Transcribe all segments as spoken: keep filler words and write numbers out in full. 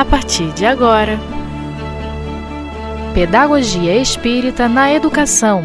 a partir de agora. Pedagogia Espírita na Educação,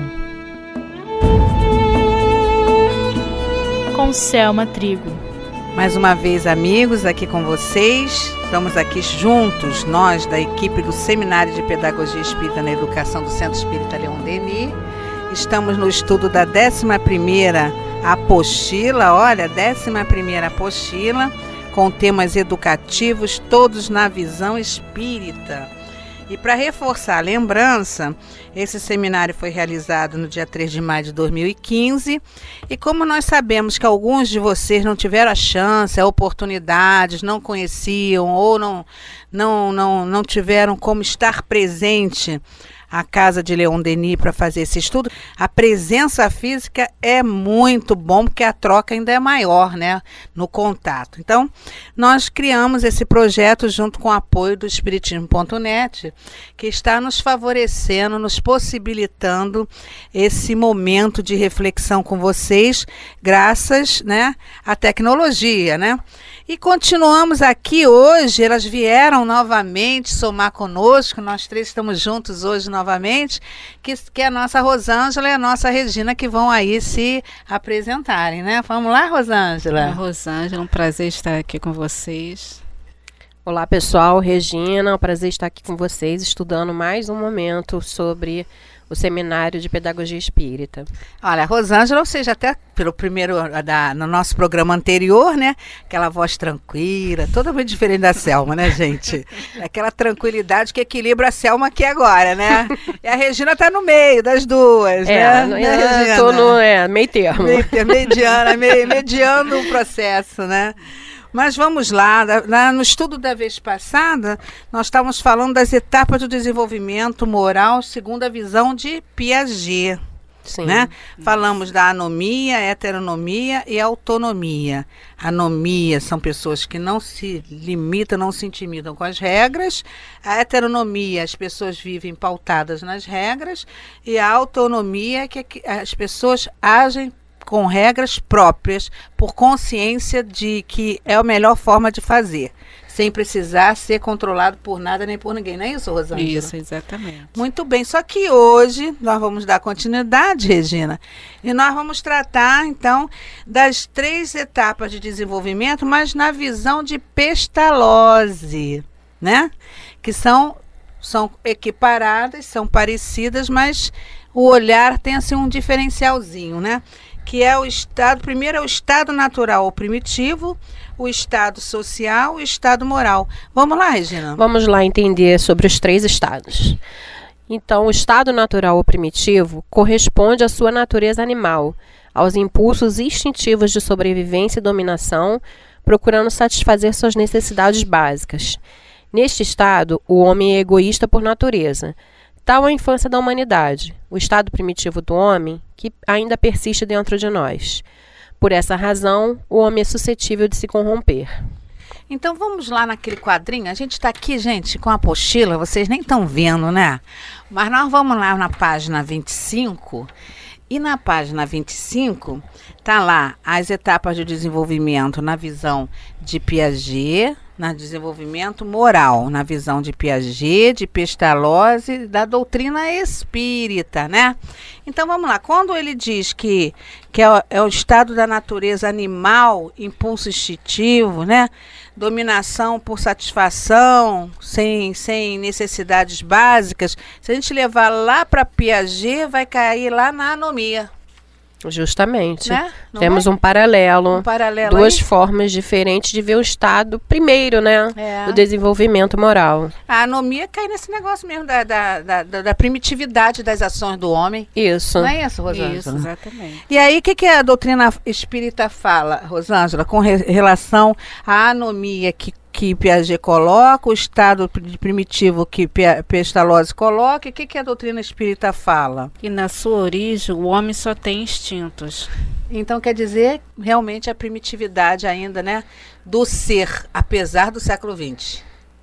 com Selma Trigo. Mais uma vez, amigos, aqui com vocês. Estamos aqui juntos, nós da equipe do Seminário de Pedagogia Espírita na Educação do Centro Espírita Leon Denis. Estamos no estudo da décima primeira apostila, olha, décima primeira apostila, com temas educativos, todos na visão espírita. E para reforçar a lembrança, esse seminário foi realizado no dia três de maio de dois mil e quinze, e como nós sabemos que alguns de vocês não tiveram a chance, a oportunidade, não conheciam ou não, não, não, não tiveram como estar presente a Casa de Leon Denis para fazer esse estudo, a presença física é muito bom, porque a troca ainda é maior, né, no contato. Então, nós criamos esse projeto junto com o apoio do Espiritismo ponto net, que está nos favorecendo, nos possibilitando esse momento de reflexão com vocês, graças, né, à tecnologia, né? E continuamos aqui hoje, elas vieram novamente somar conosco, nós três estamos juntos hoje novamente, que, que é a nossa Rosângela e a nossa Regina, que vão aí se apresentarem, né? Vamos lá, Rosângela? Olá, Rosângela, um prazer estar aqui com vocês. Olá, pessoal, Regina, é um prazer estar aqui com vocês, estudando mais um momento sobre o Seminário de Pedagogia Espírita. Olha, a Rosângela, ou seja, até pelo primeiro, da, no nosso programa anterior, né? Aquela voz tranquila, totalmente diferente da Selma, né, gente? Aquela tranquilidade que equilibra a Selma aqui agora, né? E a Regina está no meio das duas, é, né? É, estou no é, meio termo. Meio, mediana, meio, mediando o processo, né? Mas vamos lá, lá, no estudo da vez passada, nós estávamos falando das etapas do desenvolvimento moral segundo a visão de Piaget. Sim. Né? Falamos da anomia, heteronomia e autonomia. Anomia são pessoas que não se limitam, não se intimidam com as regras. A heteronomia, as pessoas vivem pautadas nas regras. E a autonomia é que as pessoas agem com regras próprias, por consciência de que é a melhor forma de fazer, sem precisar ser controlado por nada nem por ninguém. Não é isso, Rosângela? Isso, exatamente. Muito bem, só que hoje nós vamos dar continuidade, Regina, e nós vamos tratar, então, das três etapas de desenvolvimento, mas na visão de Pestalozzi, né? Que são, são equiparadas, são parecidas, mas o olhar tem assim um diferencialzinho, né? Que é o estado, primeiro é o estado natural ou primitivo, o estado social e o estado moral. Vamos lá, Regina? Vamos lá entender sobre os três estados. Então, o estado natural ou primitivo corresponde à sua natureza animal, aos impulsos instintivos de sobrevivência e dominação, procurando satisfazer suas necessidades básicas. Neste estado, o homem é egoísta por natureza. Tal a infância da humanidade, o estado primitivo do homem, que ainda persiste dentro de nós. Por essa razão, o homem é suscetível de se corromper. Então vamos lá naquele quadrinho. A gente está aqui, gente, com a apostila, vocês nem estão vendo, né? Mas nós vamos lá na página vinte e cinco. E na página vinte e cinco, está lá as etapas de desenvolvimento na visão de Piaget, no desenvolvimento moral, na visão de Piaget, de Pestalozzi, da doutrina espírita, né? Então vamos lá, quando ele diz que, que é, o, é o estado da natureza animal, impulso instintivo, né? Dominação por satisfação, sem, sem necessidades básicas, se a gente levar lá para Piaget, vai cair lá na anomia. Justamente. Né? Temos é? um paralelo, um paralelo duas aí? formas diferentes de ver o estado primeiro, né? É. O desenvolvimento moral. A anomia cai nesse negócio mesmo da, da, da, da primitividade das ações do homem. Isso. Não é isso, Rosângela? Isso, exatamente. E aí, o que, que a doutrina espírita fala, Rosângela, com re relação à anomia que que Piaget coloca, o estado primitivo que Pestalozzi coloca, e o que, que a doutrina espírita fala? E na sua origem, o homem só tem instintos. Então, quer dizer, realmente, a primitividade ainda, né, do ser, apesar do século vinte.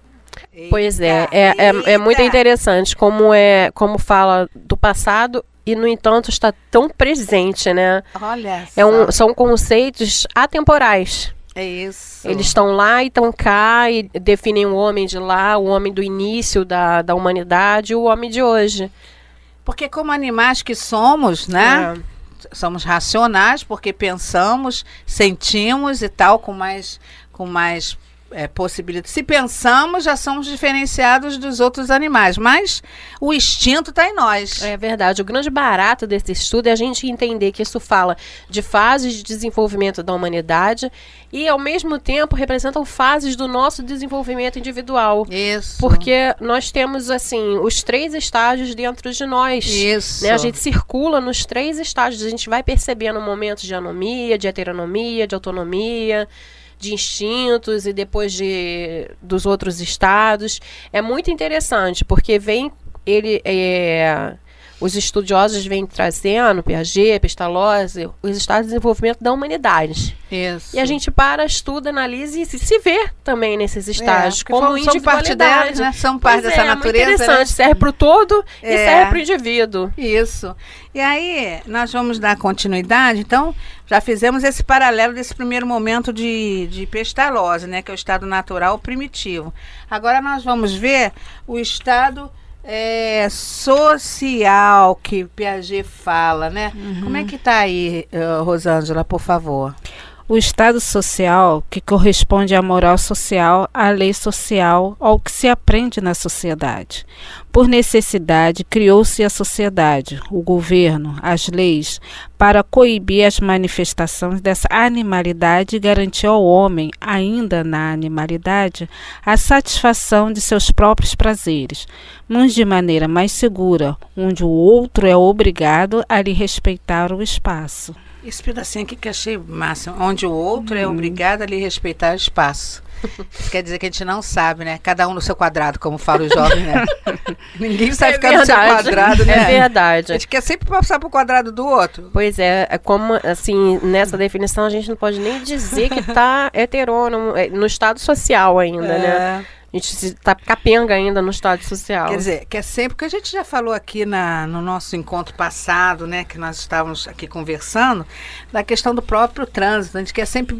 Pois é, é, é, é muito interessante como, é, como fala do passado e, no entanto, está tão presente, né? Olha é um, são conceitos atemporais. É isso. Eles estão lá e estão cá e definem o homem de lá, o homem do início da, da humanidade e o homem de hoje. Porque como animais que somos, né? É. Somos racionais porque pensamos, sentimos e tal, com mais, com mais é, possibilidade. Se pensamos, já somos diferenciados dos outros animais, mas o instinto está em nós. É verdade. O grande barato desse estudo é a gente entender que isso fala de fases de desenvolvimento da humanidade e, ao mesmo tempo, representam fases do nosso desenvolvimento individual. Isso. Porque nós temos, assim, os três estágios dentro de nós. Isso. Né? A gente circula nos três estágios. A gente vai percebendo momentos de anomia, de heteronomia, de autonomia, de instintos e depois de, dos outros estados. É muito interessante, porque vem ele... É, os estudiosos vêm trazendo, Piaget, Pestalozzi, os estados de desenvolvimento da humanidade. Isso. E a gente para, estuda, analisa e se, se vê também nesses estágios, é, como são parte delas, né? São parte pois dessa é, natureza. É muito interessante, né? serve para o todo é. e serve para o indivíduo. Isso. E aí, nós vamos dar continuidade, então, já fizemos esse paralelo desse primeiro momento de, de Pestalozzi, né? Que é o estado natural primitivo. Agora nós vamos ver o estado... É, social que Piaget fala, né? Uhum. Como é que tá aí, uh, Rosângela, por favor? O estado social, que corresponde à moral social, à lei social, ao que se aprende na sociedade. Por necessidade, criou-se a sociedade, o governo, as leis, para coibir as manifestações dessa animalidade e garantir ao homem, ainda na animalidade, a satisfação de seus próprios prazeres, mas de maneira mais segura, onde o outro é obrigado a lhe respeitar o espaço. Esse pedacinho aqui que achei máximo, onde o outro hum. é obrigado a lhe respeitar o espaço. Isso quer dizer que a gente não sabe, né? Cada um no seu quadrado, como fala o jovem, né? Ninguém sabe é ficar verdade. no seu quadrado, né? É verdade. A gente quer sempre passar pro quadrado do outro. Pois é, é como, assim, nessa definição a gente não pode nem dizer que tá heterônomo, no estado social ainda, é. né? A gente está capenga ainda no estado social. Quer dizer, que é sempre que a gente já falou aqui na, no nosso encontro passado, né, que nós estávamos aqui conversando, da questão do próprio trânsito. A gente quer sempre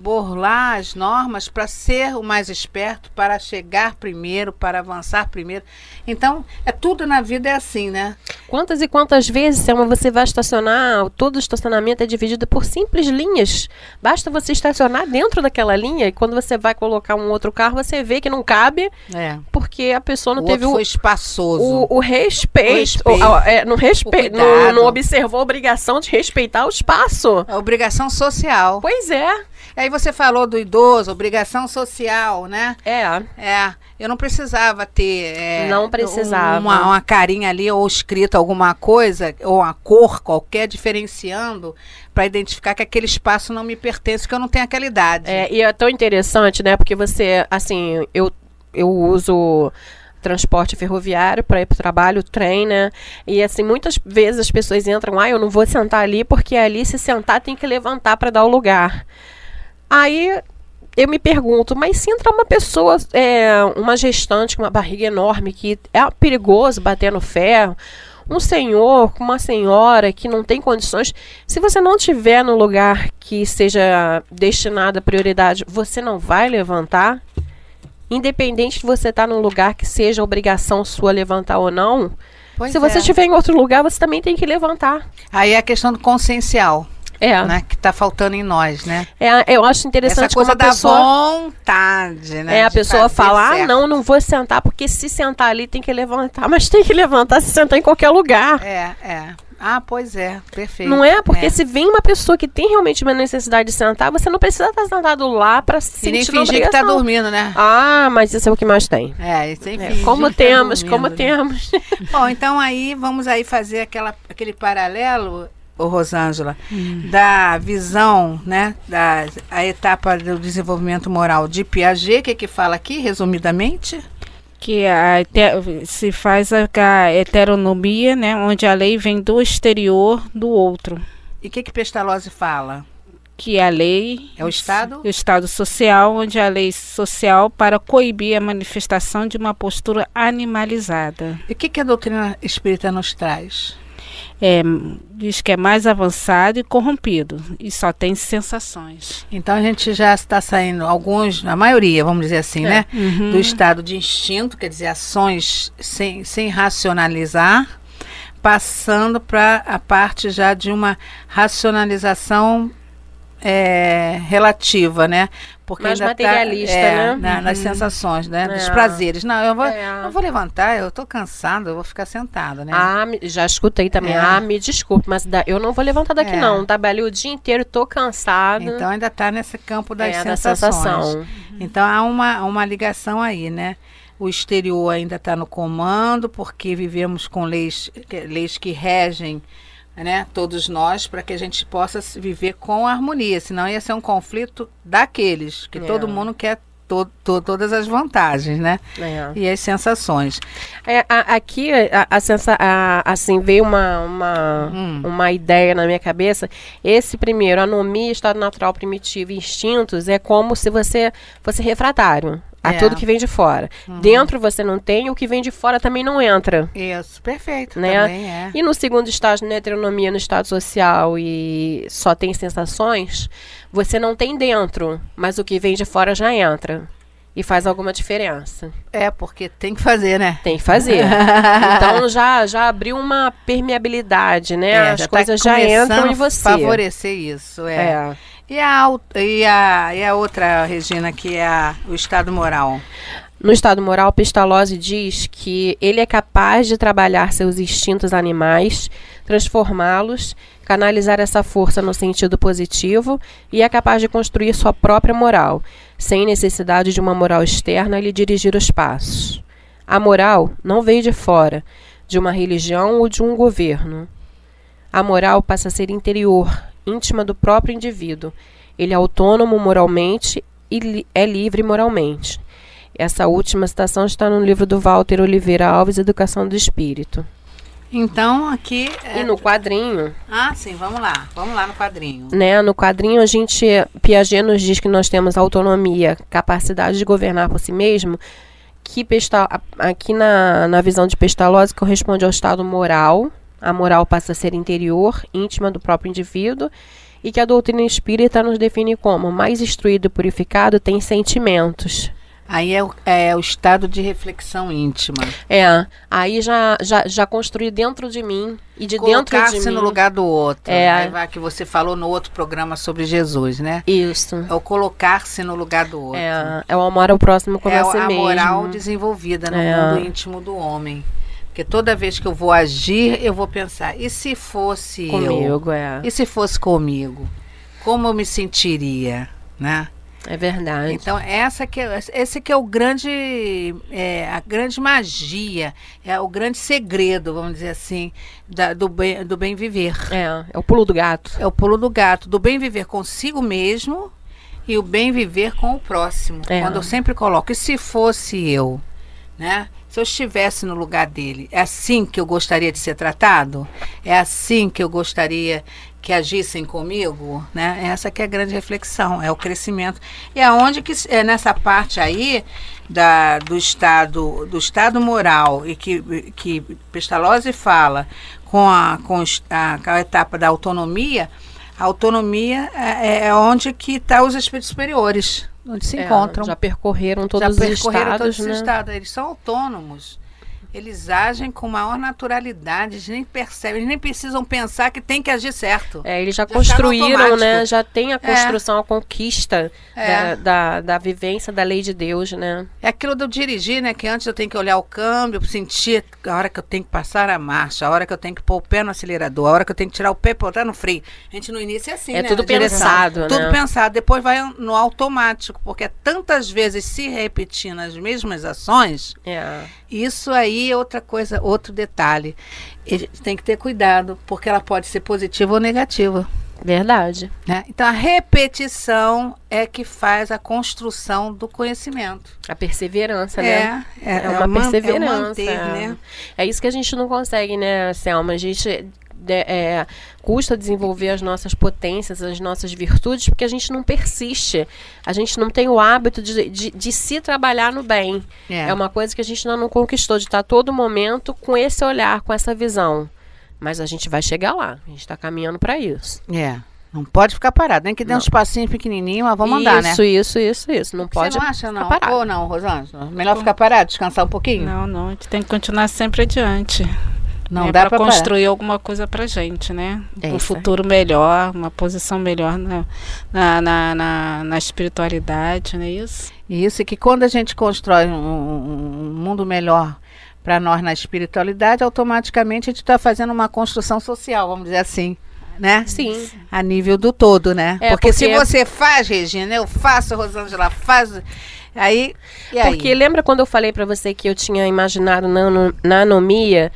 burlar as normas para ser o mais esperto, para chegar primeiro, para avançar primeiro. Então, é tudo na vida é assim, né? Quantas e quantas vezes, Selma, você vai estacionar, todo o estacionamento é dividido por simples linhas. Basta você estacionar dentro daquela linha e quando você vai colocar um outro carro, você vê que não cabe, é. porque a pessoa não o teve o... foi espaçoso. O, o respeito. O respeito. O, é, não, respe... não, não observou a obrigação de respeitar o espaço. A obrigação social. Pois é. Aí você falou do idoso, obrigação social, né? É. É. Eu não precisava ter... É, não precisava. Uma, uma carinha ali ou escrito alguma coisa, ou uma cor qualquer, diferenciando, para identificar que aquele espaço não me pertence, que eu não tenho aquela idade. É, e é tão interessante, né? Porque você, assim, eu, eu uso... transporte ferroviário para ir para o trabalho, trem, né? E assim, muitas vezes as pessoas entram, ah, eu não vou sentar ali, porque ali se sentar tem que levantar para dar o lugar. Aí eu me pergunto, mas se entrar uma pessoa, é, uma gestante com uma barriga enorme, que é perigoso bater no ferro, um senhor com uma senhora que não tem condições, se você não estiver no lugar que seja destinado à prioridade, você não vai levantar? Independente de você estar num lugar que seja obrigação sua levantar ou não, pois se você é. estiver em outro lugar, você também tem que levantar. Aí é a questão do consciencial. É. Né, que está faltando em nós, né? É, eu acho interessante essa coisa como a da pessoa, vontade, né? É, a pessoa fala, ah, não, não vou sentar, porque se sentar ali tem que levantar. Mas tem que levantar se sentar em qualquer lugar. É, é. Ah, pois é, perfeito. Não é? Porque é. se vem uma pessoa que tem realmente uma necessidade de sentar, você não precisa estar sentado lá para se sentir e nem fingir que está dormindo, né? Ah, mas isso é o que mais tem. É, isso tem é, Como temos, tá como temos. Bom, então aí, vamos aí fazer aquela, aquele paralelo, ô Rosângela, hum. da visão, né, da a etapa do desenvolvimento moral de Piaget, que que fala aqui, resumidamente? Que a, se faz a, a heteronomia, né, onde a lei vem do exterior do outro. E o que que Pestalozzi fala? Que a lei... É o Estado? O Estado social, onde a lei social para coibir a manifestação de uma postura animalizada. E o que que a doutrina espírita nos traz? é, diz que é mais avançado e corrompido e só tem sensações. Então a gente já está saindo, alguns, a maioria, vamos dizer assim, É. né? Uhum. Do estado de instinto, quer dizer, ações sem, sem racionalizar, passando para a parte já de uma racionalização é, relativa, né? Porque Mais ainda materialista, tá, é, né? na- nas Uhum. sensações, né? Dos É. prazeres. Não, eu vou, É. eu vou levantar, eu tô cansada, eu vou ficar sentada, né? Ah, me- já escutei também. É. Ah, me desculpe, mas da- eu não vou levantar daqui É. não. Trabalhei o dia inteiro, tô cansada. Então ainda está nesse campo das é, da sensações. sensação. Então há uma, uma ligação aí, né? O exterior ainda está no comando, porque vivemos com leis, que- leis que regem, né, todos nós, para que a gente possa se viver com harmonia. Senão ia ser um conflito daqueles, que É. todo mundo quer to, to, todas as vantagens, né? É. E as sensações. É, a- aqui, a, a sensa- a- assim, veio uma, uma, Hum. uma ideia na minha cabeça. Esse primeiro, anomia, estado natural primitivo e instintos, é como se você fosse refratário a É. tudo que vem de fora. Dentro você não tem, o que vem de fora também não entra. Isso, perfeito, Né? também é. E no segundo estágio, na heteronomia, no estado social e só tem sensações, você não tem dentro, mas o que vem de fora já entra. E faz alguma diferença. É, porque tem que fazer, né? Tem que fazer. Então já, já abriu uma permeabilidade, né? É, As já tá coisas já começando entram em a você. favorecer isso, é. É. E a, au- e, a, e a outra, Regina, que é a, o estado moral? No estado moral, Pestalozzi diz que ele é capaz de trabalhar seus instintos animais, transformá-los, canalizar essa força no sentido positivo e é capaz de construir sua própria moral, sem necessidade de uma moral externa a lhe dirigir os passos. A moral não veio de fora, de uma religião ou de um governo. A moral passa a ser interior, íntima do próprio indivíduo. Ele é autônomo moralmente e li- é livre moralmente. Essa última citação está no livro do Walter Oliveira Alves, Educação do Espírito. Então, aqui... é- E no quadrinho, Ah, sim, vamos lá. Vamos lá no quadrinho. né, no quadrinho a gente, Piaget nos diz que nós temos autonomia, capacidade de governar por si mesmo, que Pestal, a- aqui na, na visão de Pestalozzi corresponde ao estado moral. A moral passa a ser interior, íntima do próprio indivíduo, e que a doutrina espírita nos define como mais instruído e purificado tem sentimentos. Aí é o, é o estado de reflexão íntima. É, aí já, já, já construí dentro de mim e de dentro de Colocar-se mim. no lugar do outro. É. Aí vai que você falou no outro programa sobre Jesus, né? Isso. É o colocar-se no lugar do outro. É, é o amor ao próximo como É a si a mesmo. moral desenvolvida no É. mundo íntimo do homem. Porque toda vez que eu vou agir, eu vou pensar, e se fosse eu? Comigo, é. E se fosse comigo? Como eu me sentiria, né? É verdade. Então, essa que é, esse que é o grande, é, a grande magia, é o grande segredo, vamos dizer assim, da- do, bem, do bem viver. É, é o pulo do gato. É o pulo do gato, do bem viver consigo mesmo e o bem viver com o próximo. É. Quando eu sempre coloco, e se fosse eu, né? Se eu estivesse no lugar dele, é assim que eu gostaria de ser tratado? É assim que eu gostaria que agissem comigo, né? Essa que é a grande reflexão, é o crescimento. E é onde que é nessa parte aí da, do estado do estado moral e que que Pestalozzi fala com a com os- a, com a etapa da autonomia. A autonomia é, é onde que está os espíritos superiores, onde se É, encontram. Já percorreram todos Já os percorreram estados, todos os né? estados. Eles são autônomos. Eles agem com maior naturalidade. Eles nem percebem, eles nem precisam pensar que tem que agir certo. É, eles já, Já tá no construíram, né? automático. Já tem a construção, a conquista É. da, da, da vivência da lei de Deus, né? É aquilo do dirigir, né? Que antes eu tenho que olhar o câmbio, sentir a hora que eu tenho que passar a marcha, a hora que eu tenho que pôr o pé no acelerador, a hora que eu tenho que tirar o pé e botar no freio. A gente no início é assim, É né? tudo A direção. pensado, Tudo né? pensado. Depois vai no automático, porque é tantas vezes se repetindo as mesmas ações. É. Isso aí é outra coisa, outro detalhe. E tem que ter cuidado, porque ela pode ser positiva ou negativa. Verdade. Né? Então, a repetição é que faz a construção do conhecimento. A perseverança, né? É, É uma man- perseverança. É, o manter, né? É isso que a gente não consegue, né, Selma? A gente de- é, custa desenvolver as nossas potências, as nossas virtudes, porque a gente não persiste. A gente não tem o hábito de, de, de se trabalhar no bem. É. É uma coisa que a gente ainda não conquistou, de estar a todo momento com esse olhar, com essa visão. Mas a gente vai chegar lá. A gente está caminhando para isso. É. Não pode ficar parado, nem que dê um espacinho pequenininho, mas vamos andar, né? Isso, isso, isso, isso. Não pode Você não acha, não? parado. Ou não, Rosângela? Melhor ficar parado, descansar um pouquinho? Não, não, a gente tem que continuar sempre adiante. Não né, dá para para construir parar. Alguma coisa pra gente, né? É um futuro aí. Melhor, uma posição melhor na, na, na, na, na espiritualidade, não é isso? Isso, e que quando a gente constrói um, um mundo melhor para nós na espiritualidade, automaticamente a gente está fazendo uma construção social, vamos dizer assim. Né? Sim. A nível do todo, né? É, porque, porque se é... você faz, Regina, eu faço, Rosângela faz, aí... E aí? Porque lembra quando eu falei para você que eu tinha imaginado na, na anomia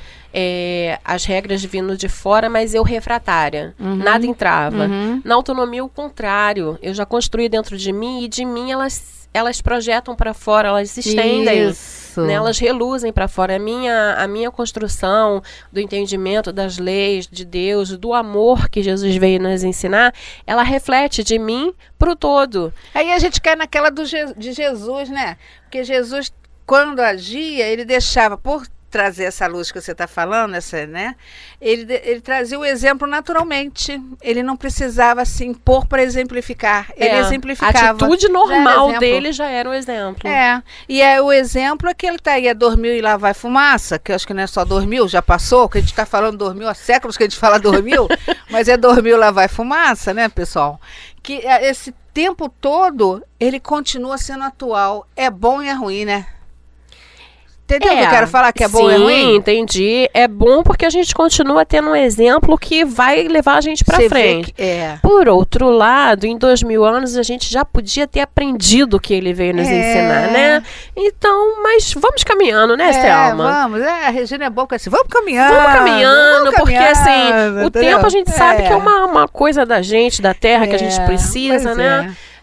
é, as regras vindo de fora, mas eu refratária. Uhum. Nada entrava. Uhum. Na autonomia, o contrário. Eu já construí dentro de mim e de mim elas... elas projetam para fora, elas se estendem, né? Elas reluzem para fora. A minha, a minha construção do entendimento das leis de Deus, do amor que Jesus veio nos ensinar, ela reflete de mim para o todo. Aí a gente cai naquela do Je- de Jesus, né? Porque Jesus, quando agia, ele deixava, por trazer essa luz que você está falando, essa, né? Ele, ele trazia o exemplo naturalmente. Ele não precisava se impor para exemplificar. Ele é, exemplificava. A atitude normal dele já era um exemplo. É. E é, o exemplo é que ele tá aí, é dormiu e lá vai fumaça, que eu acho que não é só dormiu, já passou, que a gente está falando dormiu há séculos que a gente fala dormiu, mas é dormiu lá vai fumaça, né, pessoal? Que esse tempo todo ele continua sendo atual. É bom e é ruim, né? Entendeu o que eu quero falar? Que é bom sim, e é ruim? Sim, entendi. É bom porque a gente continua tendo um exemplo que vai levar a gente pra Você frente. Que, é. Por outro lado, em dois mil anos, a gente já podia ter aprendido o que ele veio nos é. ensinar, né? Então, mas vamos caminhando, né, é, Selma? Vamos, é, a Regina é boa com assim, vamos caminhando. Vamos caminhando, vamos porque caminhando, assim, o entendeu? tempo a gente é. sabe que é uma, uma coisa da gente, da terra, é. que a gente precisa, pois né? É.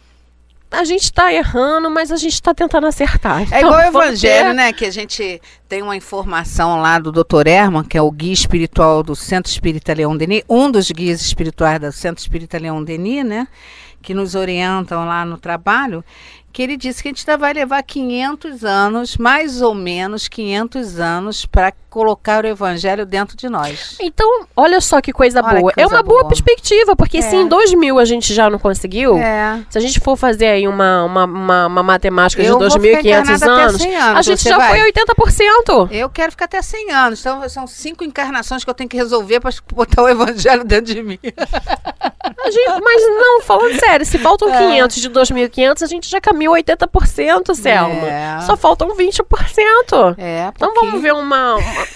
A gente está errando, mas a gente está tentando acertar. É igual o Evangelho, ter... né? Que a gente tem uma informação lá do doutor Herman, que é o guia espiritual do Centro Espírita Leon Denis, um dos guias espirituais do Centro Espírita Leon Denis, né? Que nos orientam lá no trabalho, que ele disse que a gente vai levar quinhentos anos, mais ou menos quinhentos anos, para colocar o Evangelho dentro de nós. Então, olha só que coisa olha boa. Que coisa é uma boa, boa perspectiva, porque é. se em dois mil a gente já não conseguiu, é. se a gente for fazer aí uma, uma, uma, uma matemática eu de dois mil e quinhentos anos, anos, a gente já vai. foi oitenta por cento. Eu quero ficar até cem anos. Então, são cinco encarnações que eu tenho que resolver para botar o Evangelho dentro de mim. A gente, mas não, falando sério, se faltam é. quinhentos de dois mil e quinhentos, a gente já caminhou oitenta por cento, Selma. É. Só faltam vinte por cento. É, então vamos ver uma... uma...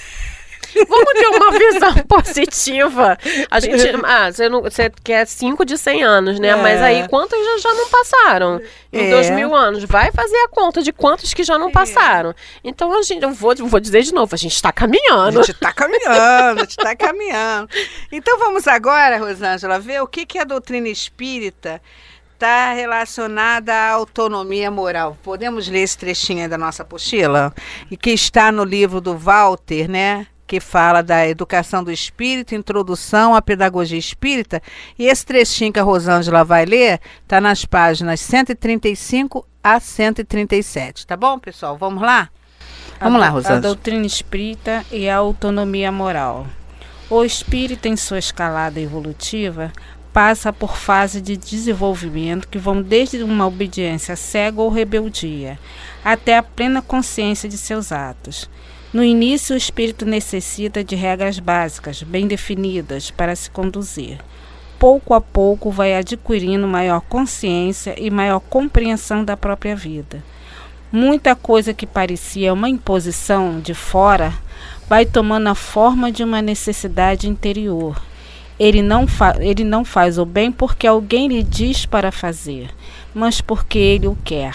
Vamos ter uma visão positiva. A gente, ah, você, não, você quer cinco de cem anos, né? É. Mas aí quantos já, já não passaram em é. dois mil anos? Vai fazer a conta de quantos que já não é. passaram. Então a gente, eu vou, vou dizer de novo, a gente está caminhando. A gente está caminhando, a gente está caminhando. Então vamos agora, Rosângela, ver o que, que a doutrina espírita está relacionada à autonomia moral. Podemos ler esse trechinho aí da nossa apostila? E que está no livro do Walter, né? Que fala da educação do espírito, introdução à pedagogia espírita. E esse trechinho que a Rosângela vai ler está nas páginas cento e trinta e cinco a cento e trinta e sete. Tá bom, pessoal? Vamos lá? Vamos a, lá, Rosângela. A doutrina espírita e a autonomia moral. O espírito, em sua escalada evolutiva, passa por fases de desenvolvimento que vão desde uma obediência cega ou rebeldia, até a plena consciência de seus atos. No início, o espírito necessita de regras básicas, bem definidas, para se conduzir. Pouco a pouco vai adquirindo maior consciência e maior compreensão da própria vida. Muita coisa que parecia uma imposição de fora vai tomando a forma de uma necessidade interior. Ele não, fa- ele não faz o bem porque alguém lhe diz para fazer, mas porque ele o quer.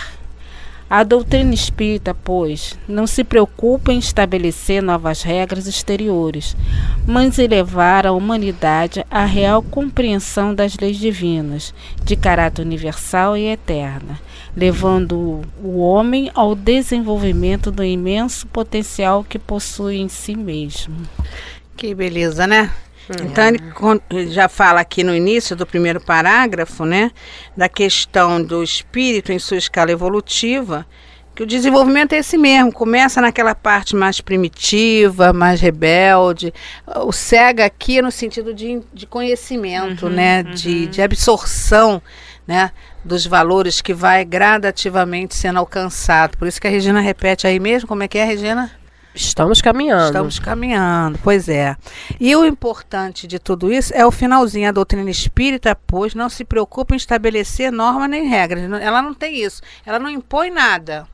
A doutrina espírita, pois, não se preocupa em estabelecer novas regras exteriores, mas em levar a humanidade à real compreensão das leis divinas, de caráter universal e eterna, levando o homem ao desenvolvimento do imenso potencial que possui em si mesmo. Que beleza, né? Então, ele já fala aqui no início do primeiro parágrafo, né, da questão do espírito em sua escala evolutiva, Que o desenvolvimento é esse mesmo, começa naquela parte mais primitiva, mais rebelde. O cega aqui é no sentido de, de conhecimento, uhum, né? Uhum. De, de absorção, né? Dos valores que vai gradativamente sendo alcançado. Por isso que a Regina repete aí mesmo, como é que é, Regina? Estamos caminhando. Estamos caminhando, pois é. E o importante de tudo isso é o finalzinho. A doutrina espírita, pois, não se preocupa em estabelecer normas nem regras. Ela não tem isso. Ela não impõe nada,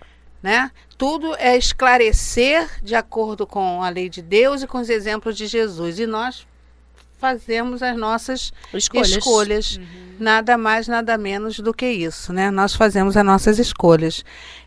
né? Tudo é esclarecer de acordo com a lei de Deus e com os exemplos de Jesus. E nós fazemos as nossas escolhas. escolhas. Uhum. Nada mais, nada menos do que isso, né? Nós fazemos as nossas escolhas.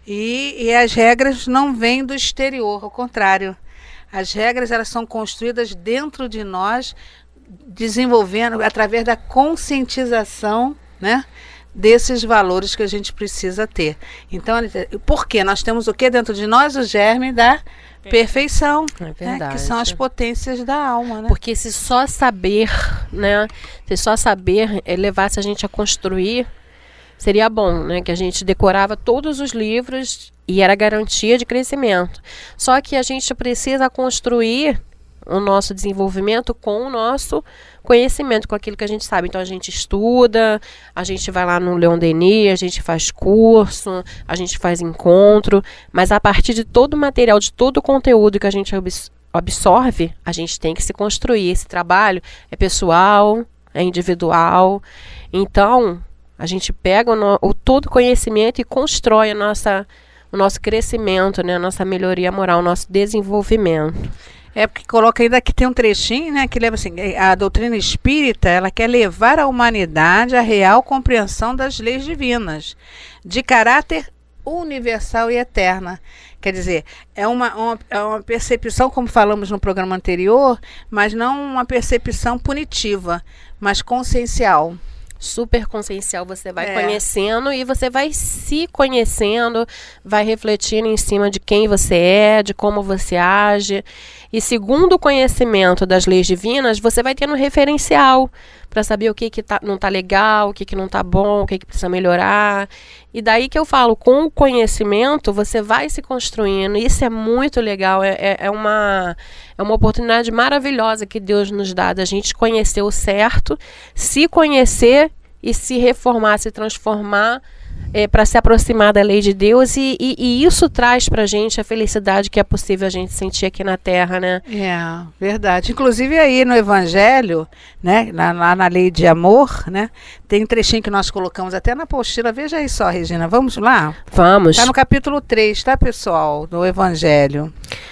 E, e as regras não vêm do exterior, ao contrário. As regras, elas são construídas dentro de nós, desenvolvendo através da conscientização, né? Desses valores que a gente precisa ter. Então, por quê? Nós temos o que dentro de nós? O germe da perfeição, é verdade, né? Que são as potências da alma, né? Porque se só saber, né? Se só saber levasse a gente a construir, seria bom, né? Que a gente decorava todos os livros e era garantia de crescimento. Só que a gente precisa construir o nosso desenvolvimento com o nosso conhecimento, com aquilo que a gente sabe. Então a gente estuda, a gente vai lá no Leon Denis, a gente faz curso, a gente faz encontro, mas a partir de todo o material, de todo o conteúdo que a gente absorve, a gente tem que se construir. Esse trabalho é pessoal, é individual. Então a gente pega o, no, o todo o conhecimento e constrói a nossa, o nosso crescimento, né, a nossa melhoria moral, o nosso desenvolvimento. É porque coloca ainda que tem um trechinho, né, que leva assim, a doutrina espírita, ela quer levar a humanidade à real compreensão das leis divinas, de caráter universal e eterna. Quer dizer, é uma, uma, é uma percepção, como falamos no programa anterior, mas não uma percepção punitiva, mas consciencial. Super consciencial, você vai é. conhecendo e você vai se conhecendo, vai refletindo em cima de quem você é, de como você age. E segundo o conhecimento das leis divinas, você vai tendo um referencial para saber o que, que tá, não está legal, o que, que não está bom, o que, que precisa melhorar. E daí que eu falo, com o conhecimento, você vai se construindo. Isso é muito legal, é, é, é, uma, é uma oportunidade maravilhosa que Deus nos dá, da gente conhecer o certo, se conhecer e se reformar, se transformar, é, para se aproximar da lei de Deus, e, e, e isso traz pra gente a felicidade que é possível a gente sentir aqui na Terra, né? É, verdade. Inclusive aí no Evangelho, né, lá na, na lei de amor, né, tem um trechinho que nós colocamos até na apostila. Veja aí só, Regina, vamos lá? Vamos. Está no capítulo três, tá, pessoal, do Evangelho.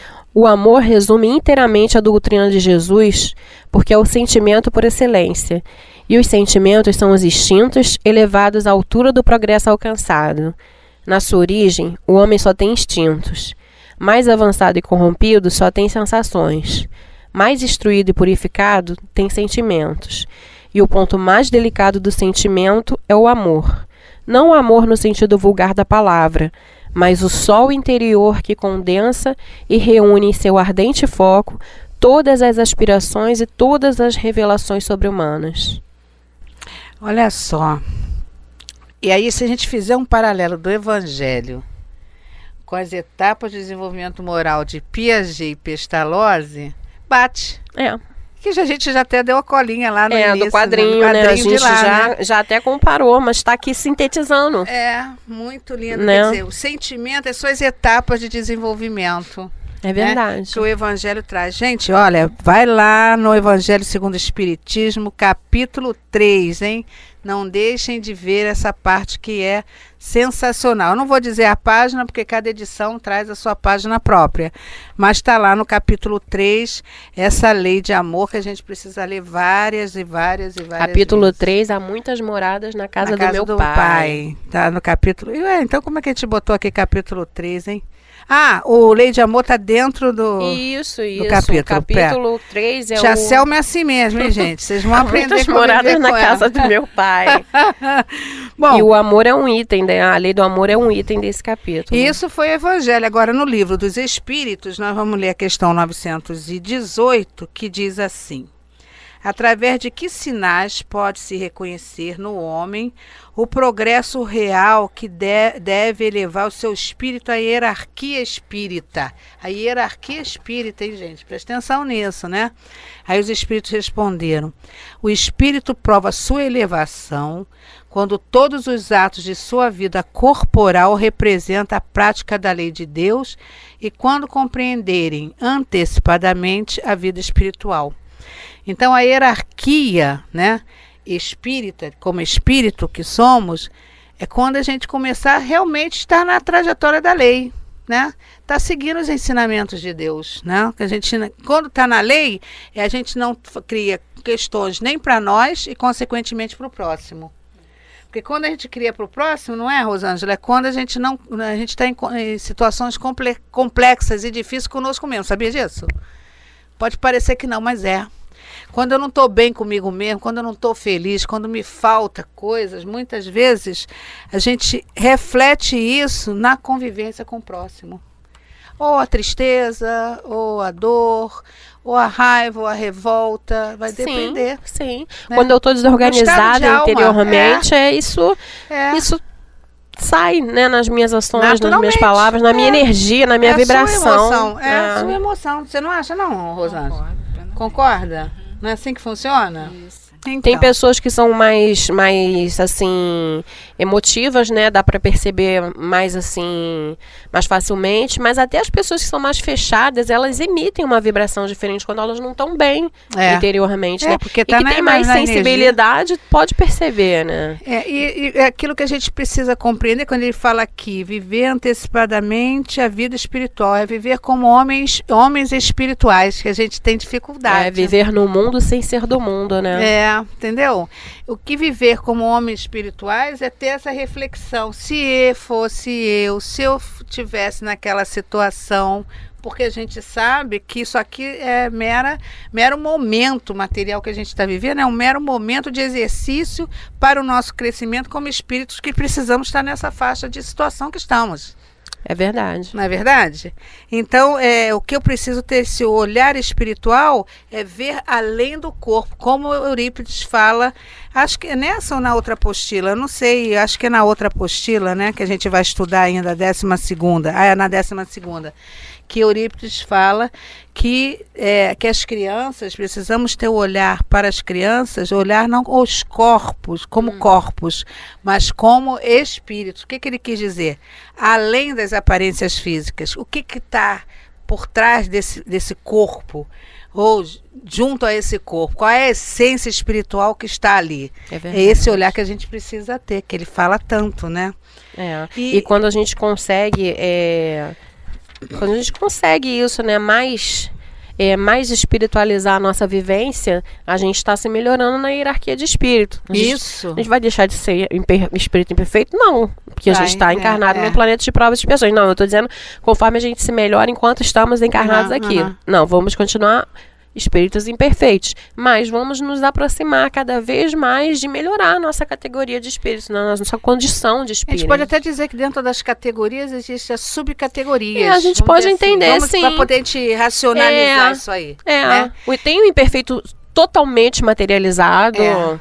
O amor resume inteiramente a doutrina de Jesus, porque é o sentimento por excelência. E os sentimentos são os instintos elevados à altura do progresso alcançado. Na sua origem, o homem só tem instintos. Mais avançado e corrompido, só tem sensações. Mais instruído e purificado, tem sentimentos. E o ponto mais delicado do sentimento é o amor. Não o amor no sentido vulgar da palavra, mas o sol interior que condensa e reúne em seu ardente foco todas as aspirações e todas as revelações sobre-humanas. Olha só. E aí, se a gente fizer um paralelo do Evangelho com as etapas de desenvolvimento moral de Piaget e Pestalozzi, bate. É. Que já, a gente já até deu a colinha lá no é, início. do quadrinho, né? né? A gente lá, já, né? já até comparou, mas está aqui sintetizando. É, muito lindo. Né? Quer dizer, o sentimento é suas etapas de desenvolvimento. É verdade. Né? Que o Evangelho traz. Gente, olha, vai lá no Evangelho segundo o Espiritismo, capítulo três, hein? Não deixem de ver essa parte que é sensacional. Eu não vou dizer a página, porque cada edição traz a sua página própria. Mas está lá no capítulo três, essa lei de amor que a gente precisa ler várias e várias e várias Capítulo vezes. três, há muitas moradas na casa, na do casa meu do pai. pai. Tá no capítulo... Ué, então como é que a gente botou aqui capítulo três, hein? Ah, o Lei de Amor está dentro do, isso, isso. do capítulo. Capítulo três é Já o... Selma é assim mesmo, hein, gente? Vocês vão aprender muitas como moradas viver na com casa ela. do meu pai. Bom, E o amor é um item, né? A lei do amor é um item desse capítulo. isso foi o Evangelho. Agora, no Livro dos Espíritos, nós vamos ler a questão novecentos e dezoito, que diz assim: Através de que sinais pode-se reconhecer no homem o progresso real que de, deve elevar o seu espírito à hierarquia espírita? A hierarquia espírita, hein, gente? Presta atenção nisso, né? Aí os espíritos responderam: o espírito prova sua elevação quando todos os atos de sua vida corporal representam a prática da lei de Deus e quando compreenderem antecipadamente a vida espiritual. Então, a hierarquia, né, espírita, como espírito que somos, é quando a gente começar a realmente estar na trajetória da lei, né? Tá seguindo os ensinamentos de Deus, né? Que a gente, quando está na lei, a gente não cria questões nem para nós e, consequentemente, para o próximo. Porque quando a gente cria para o próximo, não é, Rosângela? É quando a gente não, a gente está em, em situações comple, complexas e difíceis conosco mesmo. Sabia disso? Pode parecer que não, mas é. Quando eu não estou bem comigo mesmo, quando eu não estou feliz, quando me falta coisas, muitas vezes a gente reflete isso na convivência com o próximo. Ou a tristeza, ou a dor, ou a raiva, ou a revolta, vai sim, depender. Sim, né? Quando eu estou desorganizada de interiormente, é. É isso, é. isso sai, né, nas minhas ações, nas minhas palavras, na minha é. energia, na minha é vibração. A sua emoção. É, é a sua emoção. Você não acha, não, Rosângela? Concorda? Não é assim que funciona? Isso. Então. Tem pessoas que são mais, mais assim, emotivas, né? Dá para perceber mais assim, mais facilmente. Mas até as pessoas que são mais fechadas, elas emitem uma vibração diferente quando elas não estão bem é. interiormente, é, né? Porque e tá que na, tem mais na sensibilidade, energia. Pode perceber, né? É, e, e é aquilo que a gente precisa compreender quando ele fala aqui, viver antecipadamente a vida espiritual, é viver como homens, homens espirituais, que a gente tem dificuldade. É viver no mundo sem ser do mundo, né? É. Entendeu? O que viver como homens espirituais é ter essa reflexão. Se eu fosse eu, se eu tivesse naquela situação, porque a gente sabe que isso aqui é mera, mero momento material que a gente está vivendo, é um mero momento de exercício para o nosso crescimento como espíritos que precisamos estar nessa faixa de situação que estamos. É verdade. Não é verdade? Então, é, o que eu preciso ter esse olhar espiritual é ver além do corpo, como Eurípides fala, acho que nessa ou na outra apostila, eu não sei, acho que é na outra apostila, né, que a gente vai estudar ainda, a décima segunda, ah, é na décima segunda, que Eurípides fala que, é, que as crianças, precisamos ter o olhar para as crianças, olhar não os corpos, como hum. corpos, mas como espíritos. O que, que ele quis dizer? Além das aparências físicas, o que está por trás desse, desse corpo, ou junto a esse corpo, qual é a essência espiritual que está ali? É, é esse olhar que a gente precisa ter, que ele fala tanto, né? É. E, e quando a gente consegue... É... Quando a gente consegue isso, né, mais, é, mais espiritualizar a nossa vivência, a gente está se melhorando na hierarquia de espírito. A gente, isso. A gente vai deixar de ser imper, espírito imperfeito? Não, porque vai, a gente está encarnado é, é. no planeta de provas e expiações. Não, eu estou dizendo, conforme a gente se melhora enquanto estamos encarnados uhum, aqui. Uhum. Não, vamos continuar espíritos imperfeitos, mas vamos nos aproximar cada vez mais de melhorar a nossa categoria de espíritos, na nossa condição de espírito. A gente pode até dizer que dentro das categorias existe as subcategorias. É, a gente pode entender, assim. sim. Para poder te racionalizar é, isso aí. É, né? Tem o imperfeito totalmente materializado, é.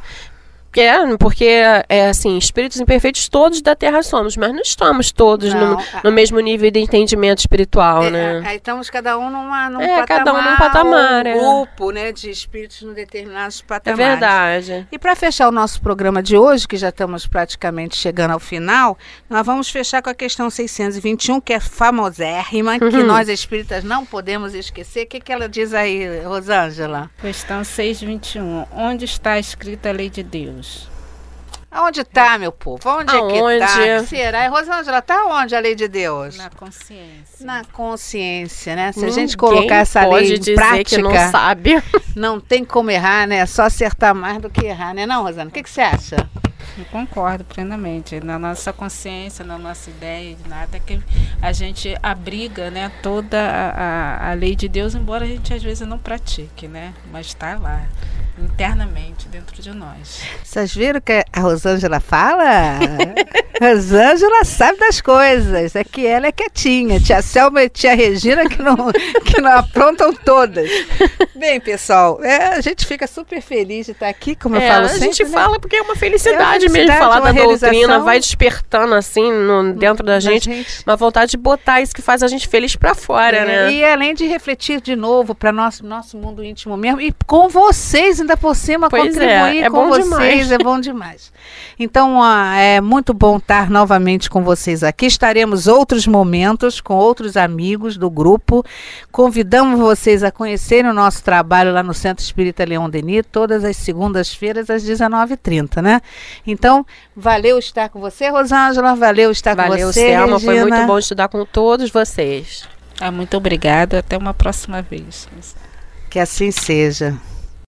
É, porque, é assim, espíritos imperfeitos todos da Terra somos, mas não estamos todos no, no mesmo nível de entendimento espiritual, é, né? Aí estamos cada um numa, num é, patamar, cada um num patamar, um é. grupo, né, de espíritos em determinados patamares. É verdade. E para fechar o nosso programa de hoje, que já estamos praticamente chegando ao final, nós vamos fechar com a questão seiscentos e vinte e um, que é famosérrima, uhum. que nós espíritas não podemos esquecer. O que, que ela diz aí, Rosângela? Questão seiscentos e vinte e um. Onde está escrita a lei de Deus? Aonde está, meu povo? Onde Aonde? é que está? Será? E Rosângela, está onde a lei de Deus? Na consciência. Na consciência, né? Se Ninguém a gente colocar essa pode lei em dizer prática, que não sabe. Não tem como errar, né? É só acertar mais do que errar, né? Não, Rosana? O que, que você acha? Eu concordo plenamente. Na nossa consciência, na nossa ideia de nada, é que a gente abriga, né, toda a, a, a lei de Deus, embora a gente às vezes não pratique, né? Mas está lá, internamente, dentro de nós. Vocês viram que a Rosângela fala? Rosângela sabe das coisas, é que ela é quietinha. Tia Selma e tia Regina que não, que não aprontam todas. Bem, pessoal, é, a gente fica super feliz de estar aqui, como é, eu falo a sempre. A gente né? fala porque é uma felicidade, é uma felicidade mesmo falar da doutrina, realização. vai despertando assim no, dentro da, da gente, gente uma vontade de botar isso que faz a gente feliz pra fora, é, né? E além de refletir de novo para nosso, nosso mundo íntimo mesmo, e com vocês ainda por cima, pois contribuir é, é com bom vocês, demais. é bom demais. Então, ó, é muito bom estar novamente com vocês aqui. Estaremos outros momentos com outros amigos do grupo. Convidamos vocês a conhecerem o nosso trabalho lá no Centro Espírita Leon Denis, todas as segundas-feiras às dezenove e trinta, né? Então, valeu estar com você, Rosângela, valeu estar valeu, com você, Selma, foi Regina. muito bom estudar com todos vocês. Ah, muito obrigada, até uma próxima vez. Que assim seja.